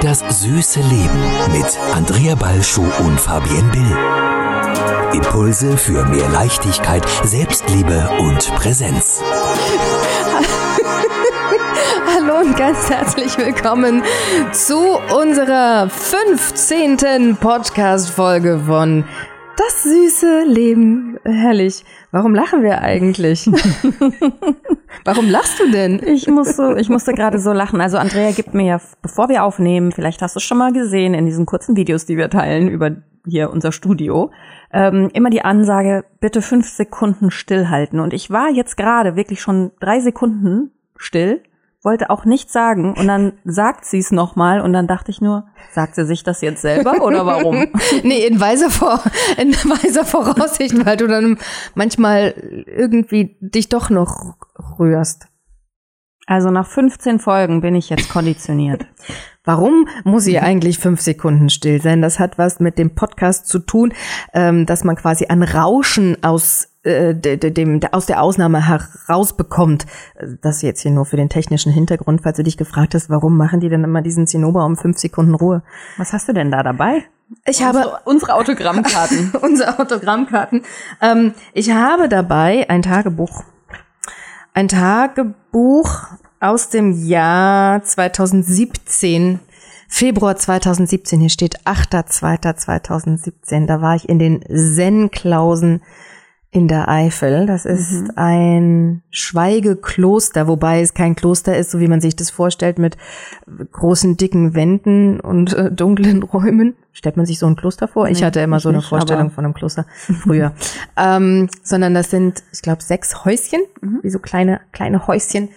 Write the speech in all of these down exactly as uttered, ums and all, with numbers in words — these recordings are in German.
Das süße Leben mit Andrea Balschuh und Fabienne Bill. Impulse für mehr Leichtigkeit, Selbstliebe und Präsenz. Hallo und ganz herzlich willkommen zu unserer fünfzehnten Podcast-Folge von Das süße Leben. Herrlich. Warum lachen wir eigentlich? Warum lachst du denn? Ich muss so, ich musste gerade so lachen. Also Andrea gibt mir ja, bevor wir aufnehmen, vielleicht hast du es schon mal gesehen in diesen kurzen Videos, die wir teilen über hier unser Studio, ähm, immer die Ansage, bitte fünf Sekunden stillhalten. Und ich war jetzt gerade wirklich schon drei Sekunden still, wollte auch nichts sagen und dann sagt sie es nochmal und dann dachte ich nur, sagt sie sich das jetzt selber oder warum? Nee, in weiser, Vor- in weiser Voraussicht, weil du dann manchmal irgendwie dich doch noch rührst. Also nach fünfzehn Folgen bin ich jetzt konditioniert. Warum muss ich eigentlich fünf Sekunden still sein? Das hat was mit dem Podcast zu tun, ähm, dass man quasi ein Rauschen aus äh, de, de, dem, aus der Ausnahme herausbekommt. Das jetzt hier nur für den technischen Hintergrund, falls du dich gefragt hast, warum machen die denn immer diesen Zinnober um fünf Sekunden Ruhe? Was hast du denn da dabei? Ich unsere, habe unsere Autogrammkarten. unsere Autogrammkarten. Ähm, ich habe dabei ein Tagebuch. Ein Tagebuch aus dem Jahr zweitausendsiebzehn, Februar zweitausendsiebzehn, hier steht achter zweiter zweitausendsiebzehn, da war ich in den Zen-Klausen in der Eifel. Das ist mhm. ein Schweigekloster, wobei es kein Kloster ist, so wie man sich das vorstellt, mit großen, dicken Wänden und äh, dunklen Räumen. Stellt man sich so ein Kloster vor? Nee, ich hatte immer so eine nicht, Vorstellung von einem Kloster früher. ähm, sondern das sind, ich glaube, sechs Häuschen, mhm. wie so kleine, kleine Häuschen,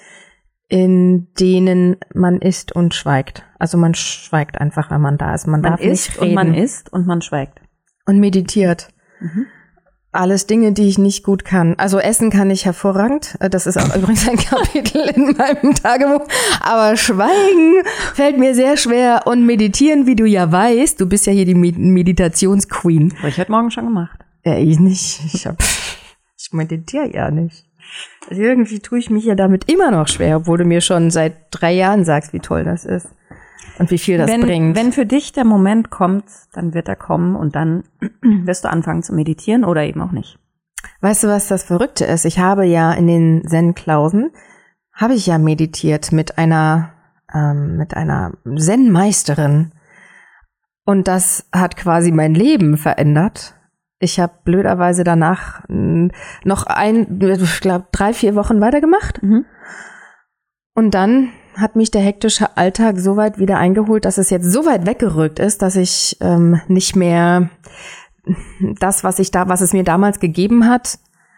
in denen man isst und schweigt. Also man schweigt einfach, wenn man da ist. Man, man darf isst nicht reden. Und man isst und man schweigt. Und meditiert. Mhm. Alles Dinge, die ich nicht gut kann. Also essen kann ich hervorragend. Das ist auch übrigens ein Kapitel in meinem Tagebuch. Aber schweigen fällt mir sehr schwer. Und meditieren, wie du ja weißt, du bist ja hier die Meditationsqueen. Habe ich heute Morgen schon gemacht. Ja, ich nicht. Ich, hab, ich meditiere ja nicht. Also irgendwie tue ich mich ja damit immer noch schwer, obwohl du mir schon seit drei Jahren sagst, wie toll das ist und wie viel das wenn, bringt. Wenn für dich der Moment kommt, dann wird er kommen und dann wirst du anfangen zu meditieren oder eben auch nicht. Weißt du, was das Verrückte ist? Ich habe ja in den Zen-Klausen, habe ich ja meditiert mit einer, ähm, mit einer Zen-Meisterin und das hat quasi mein Leben verändert. Ich habe blöderweise danach noch ein, ich glaube, drei, vier Wochen weitergemacht. Mhm. Und dann hat mich der hektische Alltag so weit wieder eingeholt, dass es jetzt so weit weggerückt ist, dass ich ähm, nicht mehr das, was ich da, was es mir damals gegeben hat,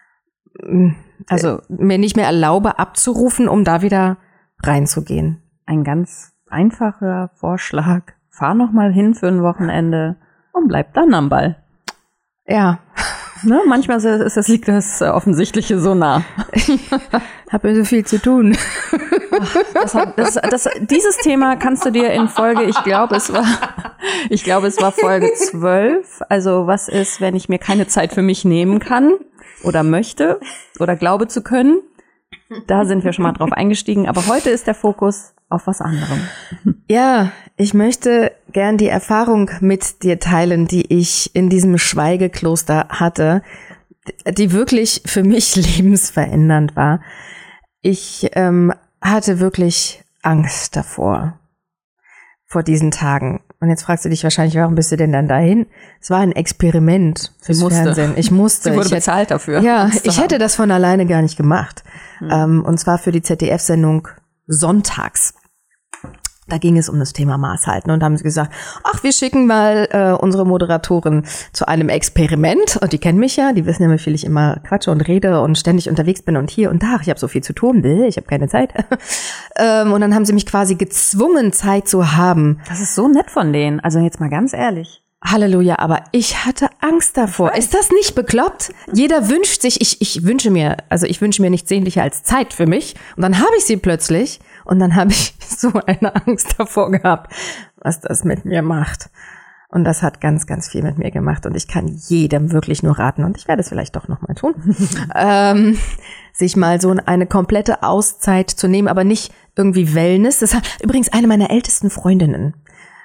also mir nicht mehr erlaube abzurufen, um da wieder reinzugehen. Ein ganz einfacher Vorschlag. Fahr noch mal hin für ein Wochenende und bleib dann am Ball. Ja, ne, manchmal ist das, liegt das Offensichtliche so nah. Ich habe ja so viel zu tun. Das hat, das, das, dieses Thema kannst du dir in Folge, ich glaube, es war, ich glaube, es war Folge zwölf. Also was ist, wenn ich mir keine Zeit für mich nehmen kann oder möchte oder glaube zu können? Da sind wir schon mal drauf eingestiegen. Aber heute ist der Fokus auf was anderem. Ja, ich möchte gern die Erfahrung mit dir teilen, die ich in diesem Schweigekloster hatte, die wirklich für mich lebensverändernd war. Ich ähm, hatte wirklich Angst davor, vor diesen Tagen. Und jetzt fragst du dich wahrscheinlich, warum bist du denn dann dahin? Es war ein Experiment fürs Fernsehen. Ich musste. Sie wurde ich hätte, bezahlt dafür. Ja, ich hätte das von alleine gar nicht gemacht. Hm. Ähm, und zwar für die Z D F-Sendung Sonntags. Da ging es um das Thema Maß halten und haben sie gesagt, ach, wir schicken mal äh, unsere Moderatorin zu einem Experiment. Und die kennen mich ja, die wissen ja, wie viel ich immer quatsche und rede und ständig unterwegs bin und hier und da. Ich habe so viel zu tun, ich habe keine Zeit. ähm, und dann haben sie mich quasi gezwungen, Zeit zu haben. Das ist so nett von denen, also jetzt mal ganz ehrlich. Halleluja, aber ich hatte Angst davor. Ist das nicht bekloppt? Jeder wünscht sich, ich, ich wünsche mir, also ich wünsche mir nichts sehnlicher als Zeit für mich. Und dann habe ich sie plötzlich. Und dann habe ich so eine Angst davor gehabt, was das mit mir macht. Und das hat ganz, ganz viel mit mir gemacht. Und ich kann jedem wirklich nur raten, und ich werde es vielleicht doch nochmal tun, ähm, sich mal so eine komplette Auszeit zu nehmen, aber nicht irgendwie Wellness. Das hat übrigens eine meiner ältesten Freundinnen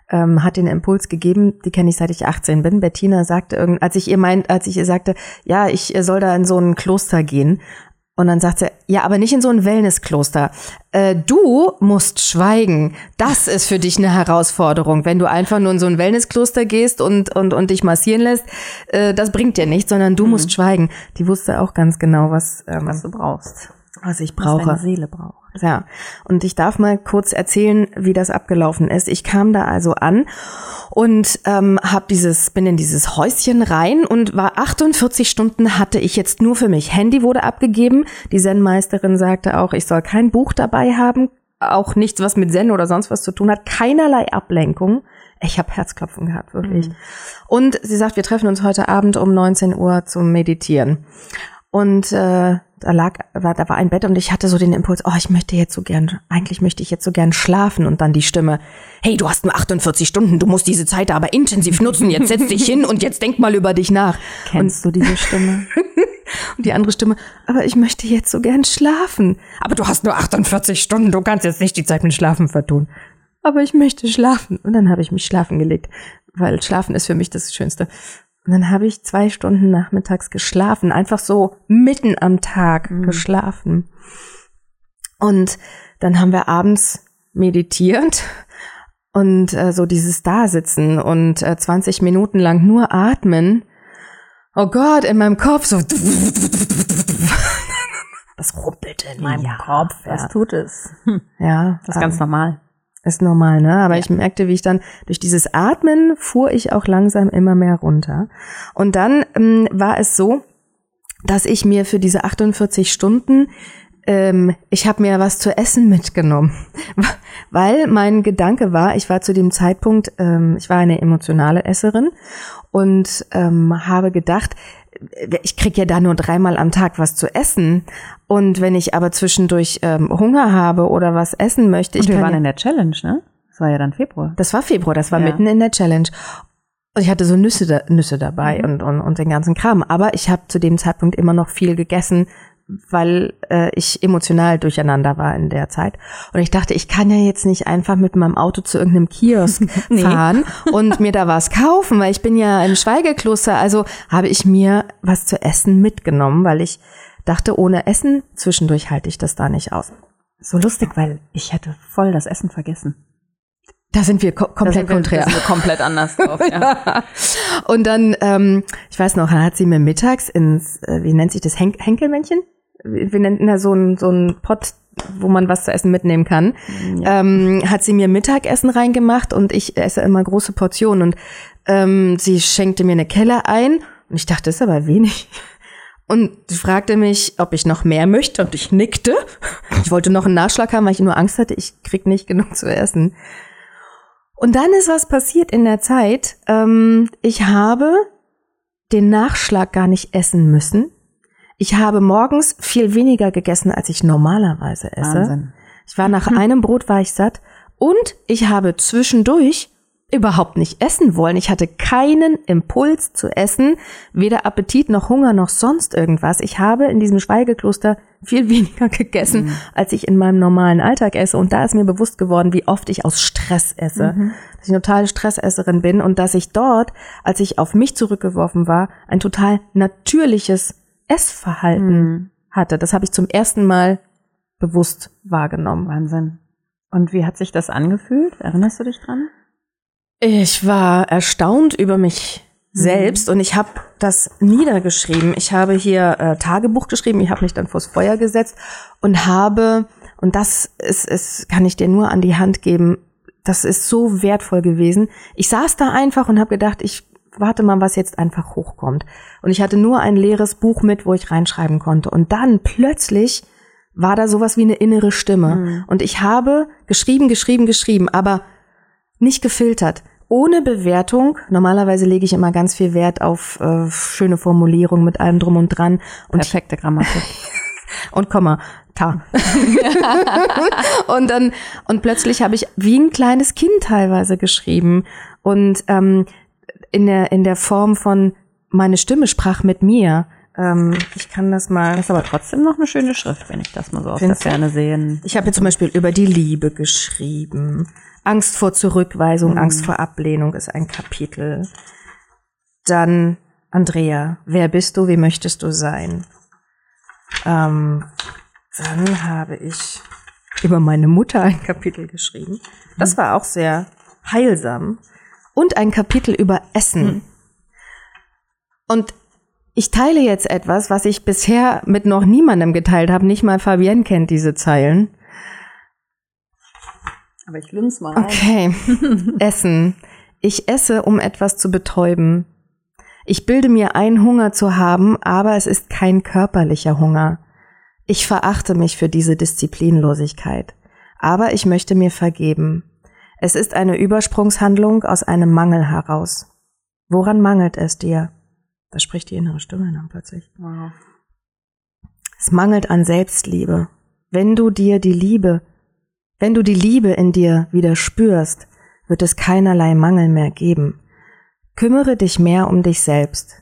ähm, hat den Impuls gegeben, die kenne ich seit ich achtzehn bin. Bettina sagte irgend, als ich ihr meint, als ich ihr sagte, ja, ich soll da in so ein Kloster gehen. Und dann sagt sie, ja, aber nicht in so ein Wellnesskloster. Äh, du musst schweigen. Das ist für dich eine Herausforderung. Wenn du einfach nur in so ein Wellnesskloster gehst und und und dich massieren lässt, äh, das bringt dir nichts, sondern du mhm. musst schweigen. Die wusste auch ganz genau, was ähm, was du brauchst. Was ich brauche. Was deine Seele braucht. Ja, und ich darf mal kurz erzählen, wie das abgelaufen ist. Ich kam da also an und ähm, hab dieses, bin in dieses Häuschen rein und war achtundvierzig Stunden hatte ich jetzt nur für mich. Handy wurde abgegeben. Die Zen-Meisterin sagte auch, ich soll kein Buch dabei haben, auch nichts, was mit Zen oder sonst was zu tun hat, keinerlei Ablenkung. Ich habe Herzklopfen gehabt, wirklich. Mhm. Und sie sagt, wir treffen uns heute Abend um neunzehn Uhr zum Meditieren. Und äh, da lag, war, da war ein Bett und ich hatte so den Impuls, oh, ich möchte jetzt so gern, eigentlich möchte ich jetzt so gern schlafen. Und dann die Stimme, hey, du hast nur achtundvierzig Stunden, du musst diese Zeit aber intensiv nutzen, jetzt setz dich hin und jetzt denk mal über dich nach. Kennst und, du diese Stimme? Und die andere Stimme, aber ich möchte jetzt so gern schlafen. Aber du hast nur achtundvierzig Stunden, du kannst jetzt nicht die Zeit mit Schlafen vertun. Aber ich möchte schlafen. Und dann habe ich mich schlafen gelegt, weil Schlafen ist für mich das Schönste. Und dann habe ich zwei Stunden nachmittags geschlafen, einfach so mitten am Tag mhm. geschlafen. Und dann haben wir abends meditiert und äh, so dieses Dasitzen und äh, zwanzig Minuten lang nur atmen. Oh Gott, in meinem Kopf so. Das rumpelte in meinem ja, Kopf. Das ja. tut es. Hm. Ja, das ist ganz normal. Ist normal, ne? Aber ja. ich merkte, wie ich dann durch dieses Atmen fuhr ich auch langsam immer mehr runter. Und dann ähm, war es so, dass ich mir für diese achtundvierzig Stunden, ähm, ich habe mir was zu essen mitgenommen, weil mein Gedanke war, ich war zu dem Zeitpunkt, ähm, ich war eine emotionale Esserin und ähm, habe gedacht, ich krieg ja da nur dreimal am Tag was zu essen. Und wenn ich aber zwischendurch ähm, Hunger habe oder was essen möchte, und ich wir kann waren ja, in der Challenge, ne? Das war ja dann Februar. Das war Februar, das war ja. mitten in der Challenge. Und ich hatte so Nüsse, da, Nüsse dabei mhm. und, und, und den ganzen Kram. Aber ich habe zu dem Zeitpunkt immer noch viel gegessen, weil äh, ich emotional durcheinander war in der Zeit. Und ich dachte, ich kann ja jetzt nicht einfach mit meinem Auto zu irgendeinem Kiosk nee. fahren und mir da was kaufen, weil ich bin ja im Schweigekloster. Also habe ich mir was zu essen mitgenommen, weil ich dachte, ohne Essen, zwischendurch halte ich das da nicht aus. So lustig, weil ich hätte voll das Essen vergessen. Da sind wir ko- komplett konträr. Da sind wir komplett anders drauf, ja. ja. Und dann, ähm, ich weiß noch, dann hat sie mir mittags ins, äh, wie nennt sich das, Hen- Henkelmännchen? Wir nennen da so einen so einen Pott, wo man was zu essen mitnehmen kann. Ja. Ähm, hat sie mir Mittagessen reingemacht und ich esse immer große Portionen. Und ähm, sie schenkte mir eine Kelle ein und ich dachte, das ist aber wenig. Und sie fragte mich, ob ich noch mehr möchte und ich nickte. Ich wollte noch einen Nachschlag haben, weil ich nur Angst hatte, ich krieg nicht genug zu essen. Und dann ist was passiert in der Zeit. Ähm, ich habe den Nachschlag gar nicht essen müssen. Ich habe morgens viel weniger gegessen, als ich normalerweise esse. Wahnsinn. Ich war nach einem Brot war ich satt und ich habe zwischendurch überhaupt nicht essen wollen. Ich hatte keinen Impuls zu essen, weder Appetit noch Hunger noch sonst irgendwas. Ich habe in diesem Schweigekloster viel weniger gegessen, mhm. als ich in meinem normalen Alltag esse. Und da ist mir bewusst geworden, wie oft ich aus Stress esse. Mhm. Dass ich eine totale Stressesserin bin und dass ich dort, als ich auf mich zurückgeworfen war, ein total natürliches Essverhalten mhm. hatte. Das habe ich zum ersten Mal bewusst wahrgenommen. Wahnsinn. Und wie hat sich das angefühlt? Erinnerst du dich dran? Ich war erstaunt über mich mhm. selbst und ich habe das niedergeschrieben. Ich habe hier äh, Tagebuch geschrieben. Ich habe mich dann vors Feuer gesetzt und habe, und das ist, ist, kann ich dir nur an die Hand geben, das ist so wertvoll gewesen. Ich saß da einfach und habe gedacht, ich warte mal, was jetzt einfach hochkommt. Und ich hatte nur ein leeres Buch mit, wo ich reinschreiben konnte. Und dann plötzlich war da sowas wie eine innere Stimme. Mhm. Und ich habe geschrieben, geschrieben, geschrieben, aber nicht gefiltert. Ohne Bewertung. Normalerweise lege ich immer ganz viel Wert auf äh, schöne Formulierungen mit allem drum und dran. Und perfekte Grammatik. Und Komma. Ta. und dann, und plötzlich habe ich wie ein kleines Kind teilweise geschrieben. Und ähm, in der in der Form von, meine Stimme sprach mit mir. Ähm, ich kann das mal. Das ist aber trotzdem noch eine schöne Schrift, wenn ich das mal so aus Findest der Ferne sehe. Ich habe hier zum Beispiel über die Liebe geschrieben. Angst vor Zurückweisung, mhm. Angst vor Ablehnung ist ein Kapitel. Dann Andrea, wer bist du, wie möchtest du sein? Ähm, dann habe ich über meine Mutter ein Kapitel geschrieben. Das war auch sehr heilsam. Und ein Kapitel über Essen. Mhm. Und ich teile jetzt etwas, was ich bisher mit noch niemandem geteilt habe. Nicht mal Fabienne kennt diese Zeilen. Aber ich lunz mal rein. Okay. Essen. Ich esse, um etwas zu betäuben. Ich bilde mir ein, Hunger zu haben, aber es ist kein körperlicher Hunger. Ich verachte mich für diese Disziplinlosigkeit. Aber ich möchte mir vergeben. Es ist eine Übersprungshandlung aus einem Mangel heraus. Woran mangelt es dir? Da spricht die innere Stimme dann plötzlich. Wow. Es mangelt an Selbstliebe. Wenn du dir die Liebe, wenn du die Liebe in dir wieder spürst, wird es keinerlei Mangel mehr geben. Kümmere dich mehr um dich selbst.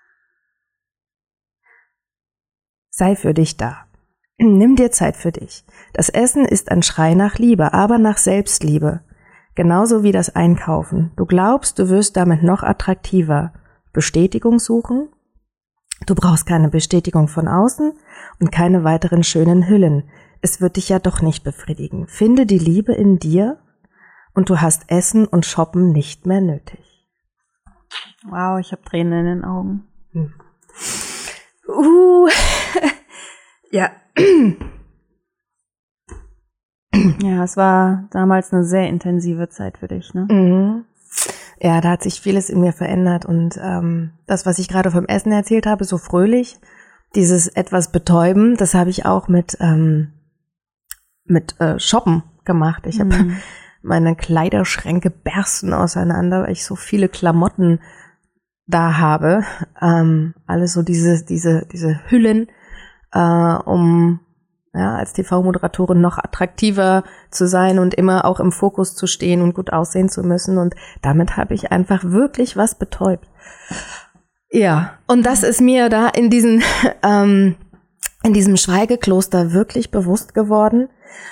Sei für dich da. Nimm dir Zeit für dich. Das Essen ist ein Schrei nach Liebe, aber nach Selbstliebe. Genauso wie das Einkaufen. Du glaubst, du wirst damit noch attraktiver. Bestätigung suchen. Du brauchst keine Bestätigung von außen und keine weiteren schönen Hüllen. Es wird dich ja doch nicht befriedigen. Finde die Liebe in dir und du hast Essen und Shoppen nicht mehr nötig. Wow, ich habe Tränen in den Augen. Hm. Uh, ja. Ja, es war damals eine sehr intensive Zeit für dich, ne? Mhm. Ja, da hat sich vieles in mir verändert und ähm, das, was ich gerade vom Essen erzählt habe, so fröhlich, dieses etwas Betäuben, das habe ich auch mit ähm, mit äh, Shoppen gemacht. Ich habe Mhm. meine Kleiderschränke bersten auseinander, weil ich so viele Klamotten da habe. Ähm, alles so diese diese diese Hüllen, äh, um ja, als T V-Moderatorin noch attraktiver zu sein und immer auch im Fokus zu stehen und gut aussehen zu müssen. Und damit habe ich einfach wirklich was betäubt. Ja, und das ist mir da in diesen, ähm, in diesem Schweigekloster wirklich bewusst geworden.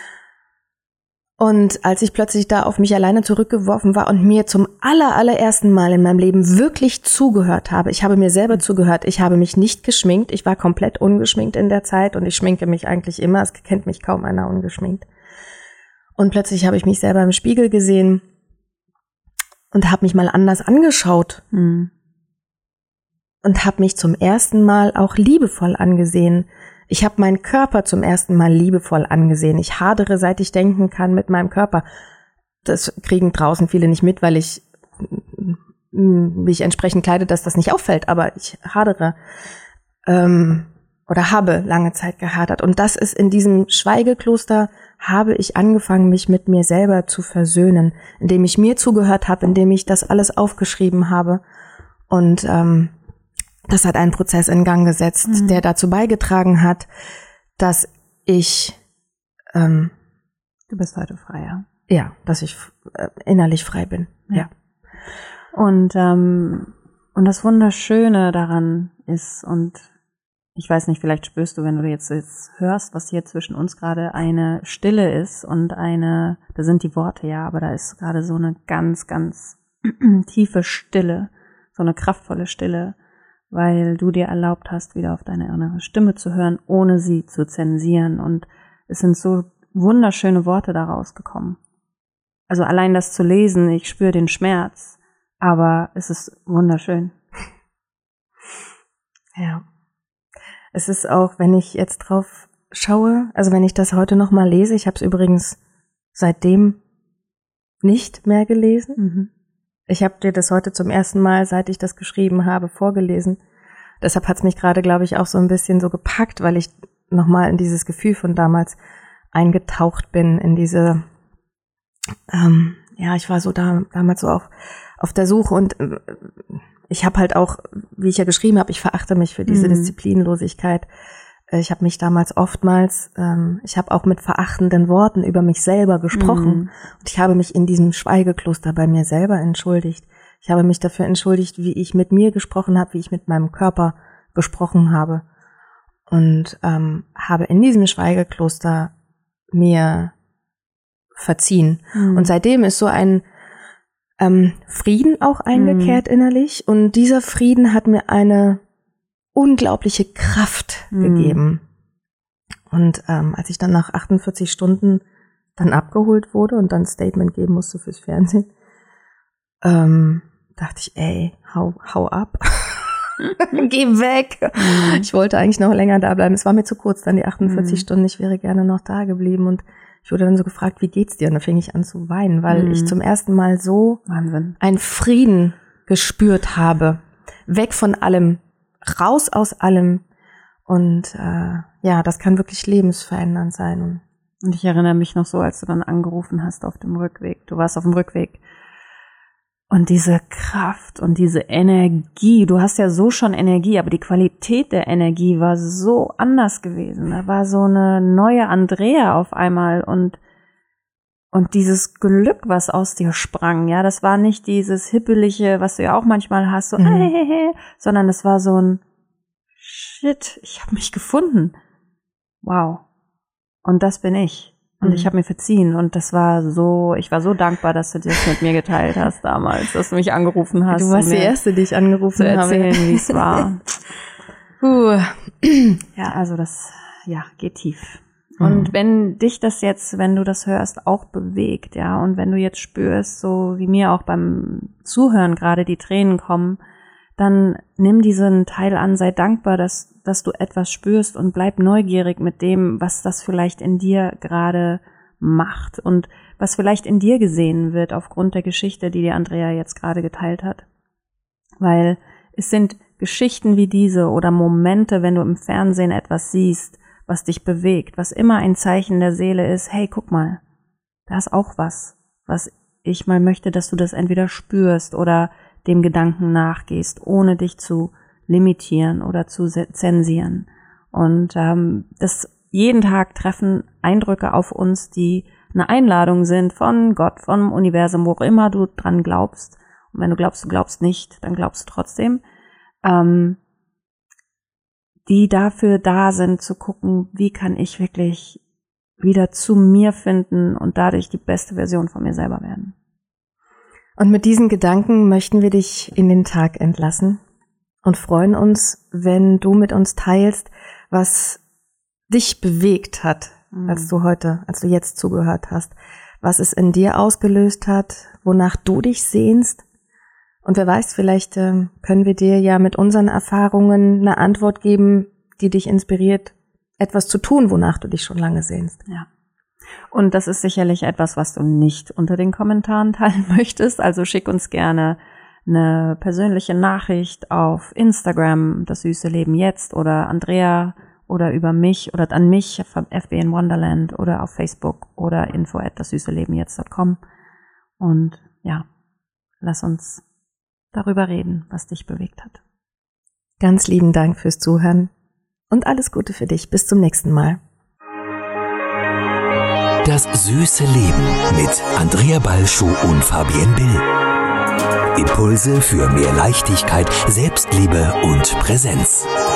Und als ich plötzlich da auf mich alleine zurückgeworfen war und mir zum aller, allerersten Mal in meinem Leben wirklich zugehört habe, ich habe mir selber zugehört, ich habe mich nicht geschminkt, ich war komplett ungeschminkt in der Zeit und ich schminke mich eigentlich immer, es kennt mich kaum einer ungeschminkt. Und plötzlich habe ich mich selber im Spiegel gesehen und habe mich mal anders angeschaut Mhm. und habe mich zum ersten Mal auch liebevoll angesehen. Ich habe meinen Körper zum ersten Mal liebevoll angesehen. Ich hadere, seit ich denken kann, mit meinem Körper. Das kriegen draußen viele nicht mit, weil ich mich entsprechend kleide, dass das nicht auffällt. Aber ich hadere ähm, oder habe lange Zeit gehadert. Und das ist in diesem Schweigekloster, habe ich angefangen, mich mit mir selber zu versöhnen, indem ich mir zugehört habe, indem ich das alles aufgeschrieben habe. Und ähm, das hat einen Prozess in Gang gesetzt, Mhm. der dazu beigetragen hat, dass ich, ähm, Du bist heute freier. ja, dass ich äh, innerlich frei bin. Ja. Ja. Und, ähm, und das Wunderschöne daran ist, und ich weiß nicht, vielleicht spürst du, wenn du jetzt, jetzt hörst, was hier zwischen uns gerade eine Stille ist und eine, da sind die Worte ja, aber da ist gerade so eine ganz, ganz tiefe Stille, so eine kraftvolle Stille, weil du dir erlaubt hast, wieder auf deine innere Stimme zu hören, ohne sie zu zensieren. Und es sind so wunderschöne Worte daraus gekommen. Also allein das zu lesen, ich spüre den Schmerz, aber es ist wunderschön. Ja. Es ist auch, wenn ich jetzt drauf schaue, also wenn ich das heute nochmal lese, ich habe es übrigens seitdem nicht mehr gelesen. Mhm. Ich habe dir das heute zum ersten Mal, seit ich das geschrieben habe, vorgelesen. Deshalb hat es mich gerade, glaube ich, auch so ein bisschen so gepackt, weil ich nochmal in dieses Gefühl von damals eingetaucht bin, in diese, ähm, ja, ich war so da, damals so auf, auf der Suche und äh, ich habe halt auch, wie ich ja geschrieben habe, ich verachte mich für diese Mhm. Disziplinlosigkeit. Ich habe mich damals oftmals, ähm, ich habe auch mit verachtenden Worten über mich selber gesprochen. Mhm. Und ich habe mich in diesem Schweigekloster bei mir selber entschuldigt. Ich habe mich dafür entschuldigt, wie ich mit mir gesprochen habe, wie ich mit meinem Körper gesprochen habe. Und ähm, habe in diesem Schweigekloster mir verziehen. Mhm. Und seitdem ist so ein ähm, Frieden auch eingekehrt mhm. innerlich. Und dieser Frieden hat mir eine unglaubliche Kraft mhm. gegeben. Und ähm, als ich dann nach achtundvierzig Stunden dann abgeholt wurde und dann ein Statement geben musste fürs Fernsehen, ähm, dachte ich, ey, hau, hau ab. Geh weg. Mhm. Ich wollte eigentlich noch länger da bleiben. Es war mir zu kurz, dann die achtundvierzig mhm. Stunden. Ich wäre gerne noch da geblieben. Und ich wurde dann so gefragt, wie geht's dir? Und da fing ich an zu weinen, weil mhm. ich zum ersten Mal so Wahnsinn. einen Frieden gespürt habe. Weg von allem, raus aus allem. Und äh, ja, das kann wirklich lebensverändernd sein. Und ich erinnere mich noch so, als du dann angerufen hast auf dem Rückweg. Du warst auf dem Rückweg. Und diese Kraft und diese Energie, du hast ja so schon Energie, aber die Qualität der Energie war so anders gewesen. Da war so eine neue Andrea auf einmal und und dieses Glück, was aus dir sprang, ja, das war nicht dieses hippelige, was du ja auch manchmal hast, so, mhm. hey, hey, hey, sondern es war so ein Shit, ich habe mich gefunden. Wow. Und das bin ich. Und mhm. ich habe mir verziehen und das war so, ich war so dankbar, dass du das mit mir geteilt hast damals, dass du mich angerufen hast. Du warst die Erste, die ich angerufen habe. Zu erzählen, wie es war. uh. Ja, also das, ja, geht tief. Mhm. Und wenn dich das jetzt, wenn du das hörst, auch bewegt, ja, und wenn du jetzt spürst, so wie mir auch beim Zuhören gerade die Tränen kommen, dann nimm diesen Teil an, sei dankbar, dass dass du etwas spürst und bleib neugierig mit dem, was das vielleicht in dir gerade macht und was vielleicht in dir gesehen wird aufgrund der Geschichte, die dir Andrea jetzt gerade geteilt hat. Weil es sind Geschichten wie diese oder Momente, wenn du im Fernsehen etwas siehst, was dich bewegt, was immer ein Zeichen der Seele ist, hey, guck mal, da ist auch was, was ich mal möchte, dass du das entweder spürst oder dem Gedanken nachgehst, ohne dich zu limitieren oder zu zensieren. Und ähm, das jeden Tag treffen Eindrücke auf uns, die eine Einladung sind von Gott, vom Universum, wo auch immer du dran glaubst. Und wenn du glaubst, du glaubst nicht, dann glaubst du trotzdem. Ähm, die dafür da sind, zu gucken, wie kann ich wirklich wieder zu mir finden und dadurch die beste Version von mir selber werden. Und mit diesen Gedanken möchten wir dich in den Tag entlassen. Und freuen uns, wenn du mit uns teilst, was dich bewegt hat, mhm. als du heute, als du jetzt zugehört hast, was es in dir ausgelöst hat, wonach du dich sehnst. Und wer weiß, vielleicht äh, können wir dir ja mit unseren Erfahrungen eine Antwort geben, die dich inspiriert, etwas zu tun, wonach du dich schon lange sehnst. Ja. Und das ist sicherlich etwas, was du nicht unter den Kommentaren teilen möchtest. Also schick uns gerne eine persönliche Nachricht auf Instagram, das süße Leben jetzt, oder Andrea oder über mich oder an mich vom F B in Wonderland oder auf Facebook oder info at das süße Leben jetzt dot com. Und ja, lass uns darüber reden, was dich bewegt hat. Ganz lieben Dank fürs Zuhören und alles Gute für dich. Bis zum nächsten Mal. Das süße Leben mit Andrea Balschuh und Fabienne Bill. Impulse für mehr Leichtigkeit, Selbstliebe und Präsenz.